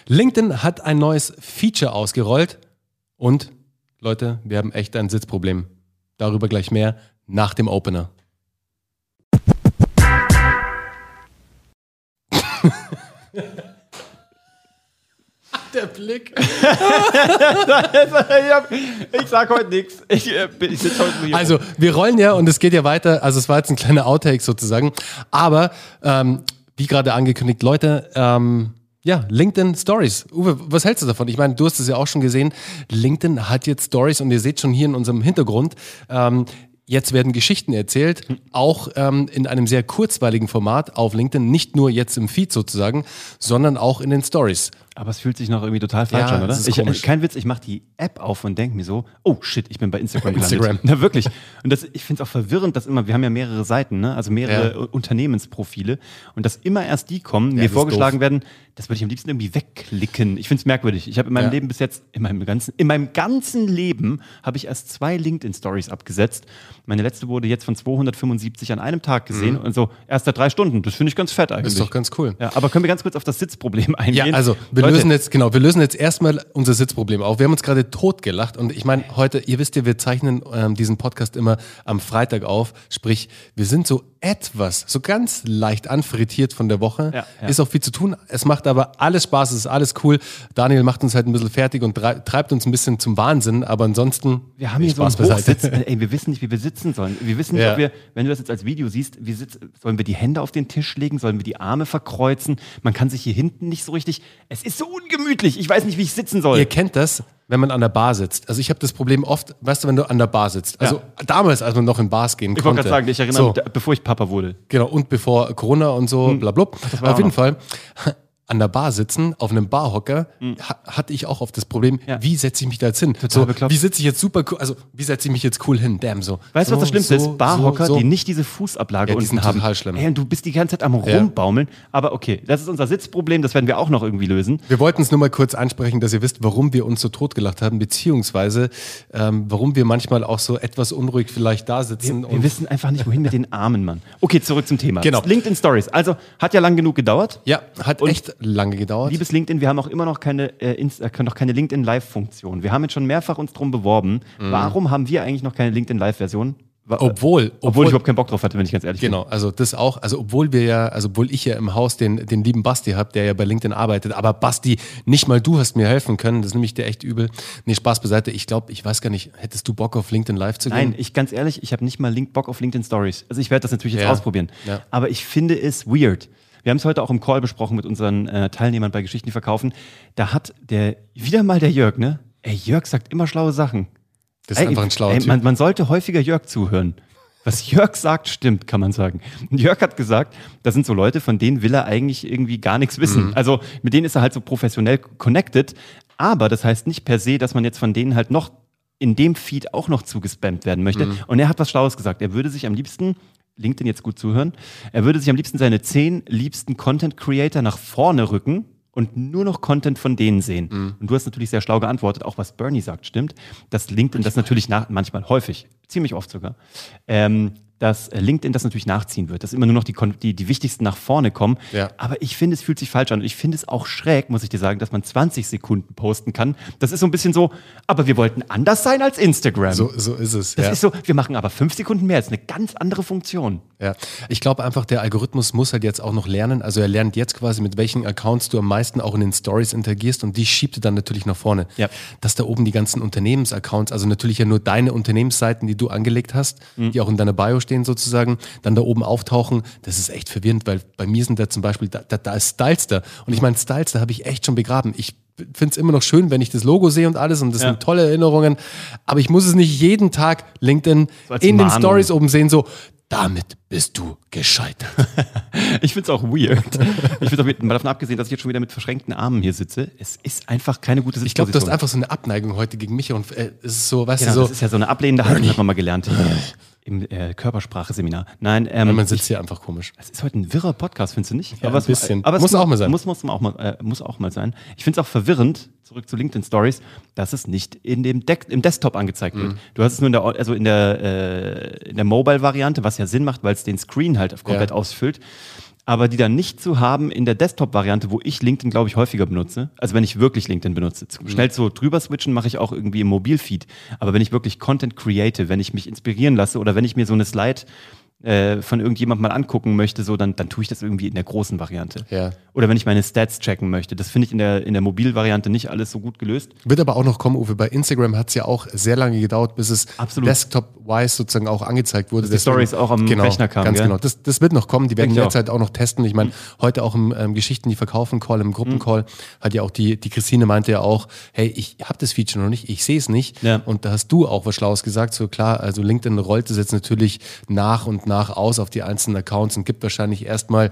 LinkedIn hat ein neues Feature ausgerollt und, Leute, wir haben echt ein Sitzproblem. Darüber gleich mehr nach dem Opener. Der Blick. Ich sag heute nichts. Ich sitze heute nur hier. Also, wir rollen ja und es geht ja weiter. Also, es war jetzt ein kleiner Outtake sozusagen. Aber, wie gerade angekündigt, Leute, LinkedIn Stories. Uwe, was hältst du davon? Ich meine, du hast es ja auch schon gesehen. LinkedIn hat jetzt Stories und ihr seht schon hier in unserem Hintergrund, jetzt werden Geschichten erzählt, auch in einem sehr kurzweiligen Format auf LinkedIn, nicht nur jetzt im Feed sozusagen, sondern auch in den Stories. Aber es fühlt sich noch irgendwie total falsch an, oder? Das ist komisch. Kein Witz, ich mache die App auf und denke mir so, oh shit, ich bin bei Instagram gelandet. Na wirklich. Und ich finde es auch verwirrend, dass wir haben ja mehrere Seiten, ne? Also mehrere Unternehmensprofile und dass immer erst die kommen, mir vorgeschlagen werden, das würde ich am liebsten irgendwie wegklicken. Ich finde es merkwürdig. Ich habe in meinem Leben bis jetzt, in meinem ganzen Leben habe ich erst 2 LinkedIn-Stories abgesetzt. Meine letzte wurde jetzt von 275 an einem Tag gesehen und so erst seit 3 Stunden. Das finde ich ganz fett eigentlich. Ist doch ganz cool. Ja, aber können wir ganz kurz auf das Sitzproblem eingehen? Ja, also wir lösen jetzt erstmal unser Sitzproblem auf. Wir haben uns gerade totgelacht und ich meine, heute, ihr wisst ja, wir zeichnen diesen Podcast immer am Freitag auf, sprich, wir sind so ganz leicht anfrittiert von der Woche. Ja. Ist auch viel zu tun, es macht aber alles Spaß, es ist alles cool. Daniel macht uns halt ein bisschen fertig und treibt uns ein bisschen zum Wahnsinn, aber ansonsten wir haben hier Spaß so einen Hochsitz. Ey, wir wissen nicht, wie wir sitzen sollen. Wir wissen nicht, ob wir, wenn du das jetzt als Video siehst, sollen wir die Hände auf den Tisch legen, sollen wir die Arme verkreuzen? Man kann sich hier hinten nicht so richtig, es ist so ungemütlich, ich weiß nicht, wie ich sitzen soll. Ihr kennt das, wenn man an der Bar sitzt. Also ich habe das Problem oft, weißt du, wenn du an der Bar sitzt. Also damals, als man noch in Bars gehen konnte. Ich wollte gerade sagen, ich erinnere mich, bevor ich Papa wurde. Genau, und bevor Corona und so, blablabla. Auf jeden Fall, an der Bar sitzen, auf einem Barhocker, hatte ich auch oft das Problem, wie setze ich mich da jetzt hin? Total bekloppt. Wie sitze ich jetzt super cool, also wie setze ich mich jetzt cool hin? Damn, so. Weißt du, was das Schlimmste ist? Barhocker, die nicht diese Fußablage unten haben. Total schlimm. Ey, und du bist die ganze Zeit am Rumbaumeln. Aber okay, das ist unser Sitzproblem, das werden wir auch noch irgendwie lösen. Wir wollten es nur mal kurz ansprechen, dass ihr wisst, warum wir uns so totgelacht haben, beziehungsweise warum wir manchmal auch so etwas unruhig vielleicht da sitzen. Wir wissen einfach nicht, wohin mit den Armen, Mann. Okay, zurück zum Thema. Genau. LinkedIn Stories. Also, hat ja lang genug gedauert. Ja, hat echt lange gedauert. Liebes LinkedIn, wir haben auch immer noch keine LinkedIn Live-Funktion. Wir haben jetzt schon mehrfach uns drum beworben. Warum haben wir eigentlich noch keine LinkedIn Live-Version? Obwohl ich überhaupt keinen Bock drauf hatte, wenn ich ganz ehrlich bin. Genau, also das auch, obwohl ich ja im Haus den lieben Basti habe, der ja bei LinkedIn arbeitet, aber Basti, nicht mal du hast mir helfen können, das nehme ich dir echt übel. Nee, Spaß beiseite, ich weiß gar nicht, hättest du Bock auf LinkedIn Live zu gehen? Nein, ganz ehrlich, ich habe nicht mal Bock auf LinkedIn Stories. Also ich werde das natürlich jetzt ausprobieren, aber ich finde es weird. Wir haben es heute auch im Call besprochen mit unseren Teilnehmern bei Geschichten, die verkaufen. Da hat wieder mal der Jörg, ne? Ey, Jörg sagt immer schlaue Sachen. Das ist einfach ein schlauer Typ. Man sollte häufiger Jörg zuhören. Was Jörg sagt, stimmt, kann man sagen. Und Jörg hat gesagt, das sind so Leute, von denen will er eigentlich irgendwie gar nichts wissen. Also mit denen ist er halt so professionell connected. Aber das heißt nicht per se, dass man jetzt von denen halt noch in dem Feed auch noch zugespammt werden möchte. Und er hat was Schlaues gesagt. Er würde sich am liebsten, LinkedIn jetzt gut zuhören, er würde sich am liebsten seine 10 liebsten Content-Creator nach vorne rücken und nur noch Content von denen sehen. Und du hast natürlich sehr schlau geantwortet, auch was Bernie sagt, stimmt, dass LinkedIn das natürlich manchmal häufig, ziemlich oft sogar, dass LinkedIn das natürlich nachziehen wird, dass immer nur noch die wichtigsten nach vorne kommen. Ja. Aber ich finde, es fühlt sich falsch an. Und ich finde es auch schräg, muss ich dir sagen, dass man 20 Sekunden posten kann. Das ist so ein bisschen so, aber wir wollten anders sein als Instagram. So ist es. Das ist so, wir machen aber 5 Sekunden mehr. Das ist eine ganz andere Funktion. Ja, ich glaube einfach, der Algorithmus muss halt jetzt auch noch lernen. Also er lernt jetzt quasi, mit welchen Accounts du am meisten auch in den Stories interagierst und die schiebt er dann natürlich nach vorne. Ja. Dass da oben die ganzen Unternehmensaccounts, also natürlich ja nur deine Unternehmensseiten, die du angelegt hast, die auch in deiner Bio stehen sozusagen, dann da oben auftauchen, das ist echt verwirrend, weil bei mir sind da zum Beispiel, da ist Stylester und ich meine, Stylester habe ich echt schon begraben. Ich finde es immer noch schön, wenn ich das Logo sehe und alles und das sind tolle Erinnerungen, aber ich muss es nicht jeden Tag LinkedIn so in den Stories oben sehen, so, damit bist du gescheitert. Ich finde es auch weird. Ich finde mal davon abgesehen, dass ich jetzt schon wieder mit verschränkten Armen hier sitze. Es ist einfach keine gute Sitzposition. Ich glaube, du hast einfach so eine Abneigung heute gegen mich und es ist so, weißt du, so. Das ist ja so eine ablehnende Haltung, hat man mal gelernt im Körpersprache-Seminar. Nein, man sitzt hier einfach komisch. Es ist heute ein wirrer Podcast, findest du nicht? Ja, aber ein bisschen. Aber muss auch mal sein. Muss auch mal sein. Ich finde es auch verwirrend, zurück zu LinkedIn Stories, dass es nicht im Desktop angezeigt wird. Du hast es nur in der Mobile-Variante, was ja Sinn macht, weil es den Screen halt komplett ausfüllt. aber die dann nicht zu haben in der Desktop-Variante, wo ich LinkedIn, glaube ich, häufiger benutze. Also wenn ich wirklich LinkedIn benutze. Schnell so drüber switchen mache ich auch irgendwie im Mobilfeed. Aber wenn ich wirklich Content create, wenn ich mich inspirieren lasse oder wenn ich mir so eine Slide von irgendjemandem mal angucken möchte, so, dann tue ich das irgendwie in der großen Variante. Ja. Oder wenn ich meine Stats checken möchte. Das finde ich in der Mobilvariante nicht alles so gut gelöst. Wird aber auch noch kommen, Uwe. Bei Instagram hat es ja auch sehr lange gedauert, bis es desktop-wise sozusagen auch angezeigt wurde. Dass die Stories auch am Rechner kamen. Ganz genau. Das wird noch kommen. Die werden derzeit auch noch testen. Ich meine, heute auch im Geschichten, die verkaufen Call, im Gruppencall, hat ja auch die Christine meinte ja auch, hey, ich habe das Feature noch nicht, ich sehe es nicht. Ja. Und da hast du auch was Schlaues gesagt. So klar, also LinkedIn rollt es jetzt natürlich nach und nach aus auf die einzelnen Accounts und gibt wahrscheinlich erstmal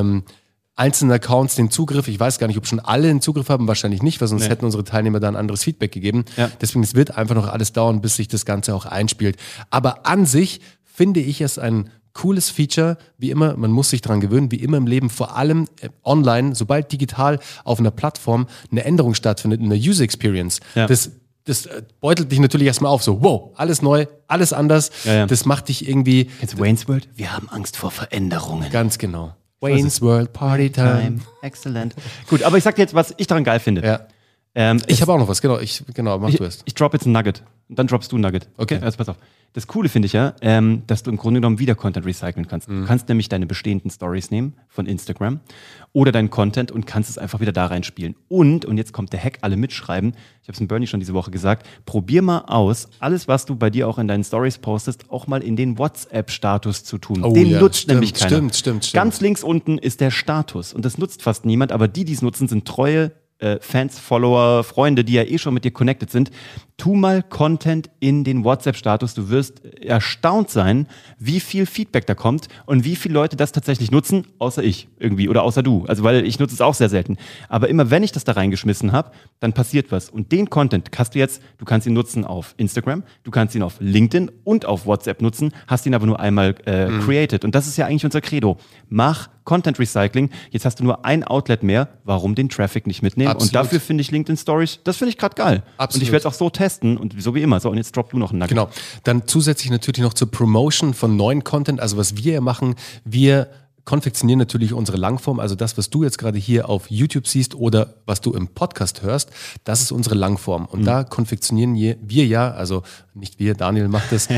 einzelnen Accounts den Zugriff. Ich weiß gar nicht, ob schon alle den Zugriff haben, wahrscheinlich nicht, weil sonst hätten unsere Teilnehmer da ein anderes Feedback gegeben. Ja. Deswegen, es wird einfach noch alles dauern, bis sich das Ganze auch einspielt. Aber an sich finde ich es ein cooles Feature, wie immer, man muss sich dran gewöhnen, wie immer im Leben, vor allem online, sobald digital auf einer Plattform eine Änderung stattfindet in der User Experience. Ja. Das beutelt dich natürlich erstmal auf, so wow, alles neu, alles anders. Ja. Das macht dich irgendwie... Jetzt Wayne's World, wir haben Angst vor Veränderungen. Ganz genau. Wayne's World, Party Time. Excellent. Gut, aber ich sag dir jetzt, was ich daran geil finde. Ja. Ich habe auch noch was, genau, mach du es. Ich drop jetzt ein Nugget und dann droppst du ein Nugget. Okay. Also pass auf. Das Coole finde ich ja, dass du im Grunde genommen wieder Content recyceln kannst. Du kannst nämlich deine bestehenden Stories nehmen von Instagram oder deinen Content und kannst es einfach wieder da reinspielen. Und jetzt kommt der Hack, alle mitschreiben. Ich habe es dem Bernie schon diese Woche gesagt. Probier mal aus, alles, was du bei dir auch in deinen Stories postest, auch mal in den WhatsApp-Status zu tun. Oh, den nutzt nämlich keiner. Stimmt. Ganz links unten ist der Status und das nutzt fast niemand, aber die es nutzen, sind treue Fans, Follower, Freunde, die ja eh schon mit dir connected sind. Tu mal Content in den WhatsApp-Status. Du wirst erstaunt sein, wie viel Feedback da kommt und wie viele Leute das tatsächlich nutzen, außer ich irgendwie oder außer du. Also weil ich nutze es auch sehr selten. Aber immer wenn ich das da reingeschmissen habe, dann passiert was. Und den Content du kannst ihn nutzen auf Instagram, du kannst ihn auf LinkedIn und auf WhatsApp nutzen, hast ihn aber nur einmal created. Und das ist ja eigentlich unser Credo. Mach Content Recycling. Jetzt hast du nur ein Outlet mehr. Warum den Traffic nicht mitnehmen? Absolut. Und dafür finde ich LinkedIn Stories, das finde ich gerade geil. Absolut. Und ich werde es auch so testen und so wie immer. So, und jetzt drop du noch einen Nugget. Genau. Dann zusätzlich natürlich noch zur Promotion von neuen Content. Also was wir ja machen, wir konfektionieren natürlich unsere Langform, also das, was du jetzt gerade hier auf YouTube siehst oder was du im Podcast hörst, das ist unsere Langform. Und da konfektionieren wir ja, also nicht wir, Daniel macht es.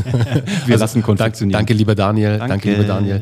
Wir lassen konfektionieren. Danke, lieber Daniel. Danke, lieber Daniel.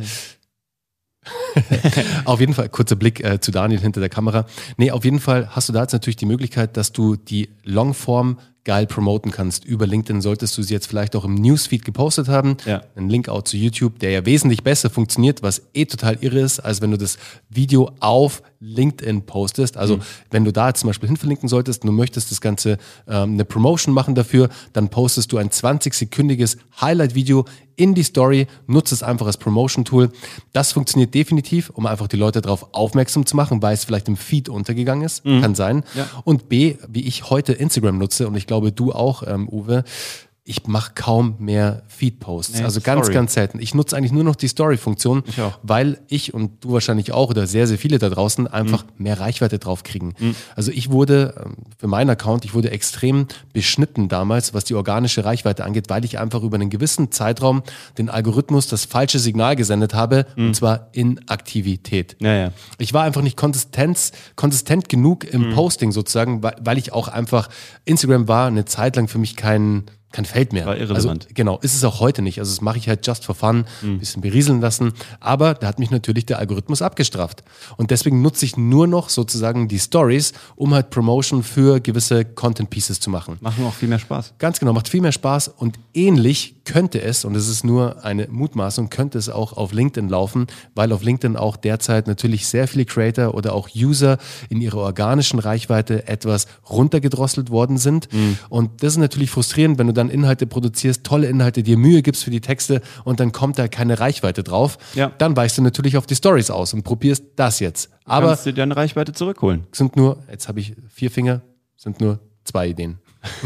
Auf jeden Fall, kurzer Blick zu Daniel hinter der Kamera. Nee, auf jeden Fall hast du da jetzt natürlich die Möglichkeit, dass du die Longform geil promoten kannst. Über LinkedIn solltest du sie jetzt vielleicht auch im Newsfeed gepostet haben. Ja. Ein Link auch zu YouTube, der ja wesentlich besser funktioniert, was total irre ist, als wenn du das Video auf LinkedIn postest. Also wenn du da jetzt zum Beispiel hinverlinken solltest und du möchtest das Ganze eine Promotion machen dafür, dann postest du ein 20-sekündiges Highlight-Video in die Story, nutze es einfach als Promotion-Tool. Das funktioniert definitiv, um einfach die Leute darauf aufmerksam zu machen, weil es vielleicht im Feed untergegangen ist. Kann sein. Ja. Und B, wie ich heute Instagram nutze, und ich glaube, du auch, Uwe, ich mache kaum mehr Feed-Posts. Nee, also ganz selten. Ich nutze eigentlich nur noch die Story-Funktion, weil ich und du wahrscheinlich auch oder sehr, sehr viele da draußen einfach mehr Reichweite drauf kriegen. Also ich wurde, für meinen Account, extrem beschnitten damals, was die organische Reichweite angeht, weil ich einfach über einen gewissen Zeitraum den Algorithmus das falsche Signal gesendet habe, und zwar Inaktivität. Ja. Ich war einfach nicht konsistent genug im Posting sozusagen, weil ich auch einfach, Instagram war eine Zeit lang für mich kein Feld mehr. War irrelevant. Also, genau, ist es auch heute nicht. Also das mache ich halt just for fun, ein bisschen berieseln lassen. Aber da hat mich natürlich der Algorithmus abgestraft. Und deswegen nutze ich nur noch sozusagen die Stories, um halt Promotion für gewisse Content Pieces zu machen. Machen auch viel mehr Spaß. Ganz genau, macht viel mehr Spaß. Und ähnlich könnte es, und es ist nur eine Mutmaßung, könnte es auch auf LinkedIn laufen, weil auf LinkedIn auch derzeit natürlich sehr viele Creator oder auch User in ihrer organischen Reichweite etwas runtergedrosselt worden sind. Und das ist natürlich frustrierend, wenn du dann Inhalte produzierst, tolle Inhalte, dir Mühe gibst für die Texte und dann kommt da keine Reichweite drauf. Ja. Dann weichst du natürlich auf die Stories aus und probierst das jetzt. Aber kannst du dir deine Reichweite zurückholen. Sind nur, jetzt habe ich 4 Finger, sind nur 2 Ideen.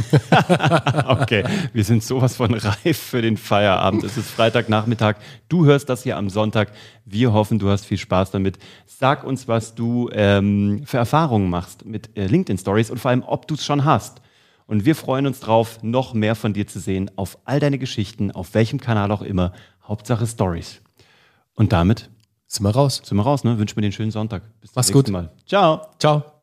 Okay, wir sind sowas von reif für den Feierabend. Es ist Freitagnachmittag. Du hörst das hier am Sonntag. Wir hoffen, du hast viel Spaß damit. Sag uns, was du für Erfahrungen machst mit LinkedIn Stories und vor allem, ob du es schon hast. Und wir freuen uns drauf, noch mehr von dir zu sehen auf all deine Geschichten, auf welchem Kanal auch immer. Hauptsache Stories. Und damit Sind wir raus. Sind wir raus, ne? Wünschen wir den schönen Sonntag. Bis zum nächsten Mal. Ciao. Ciao.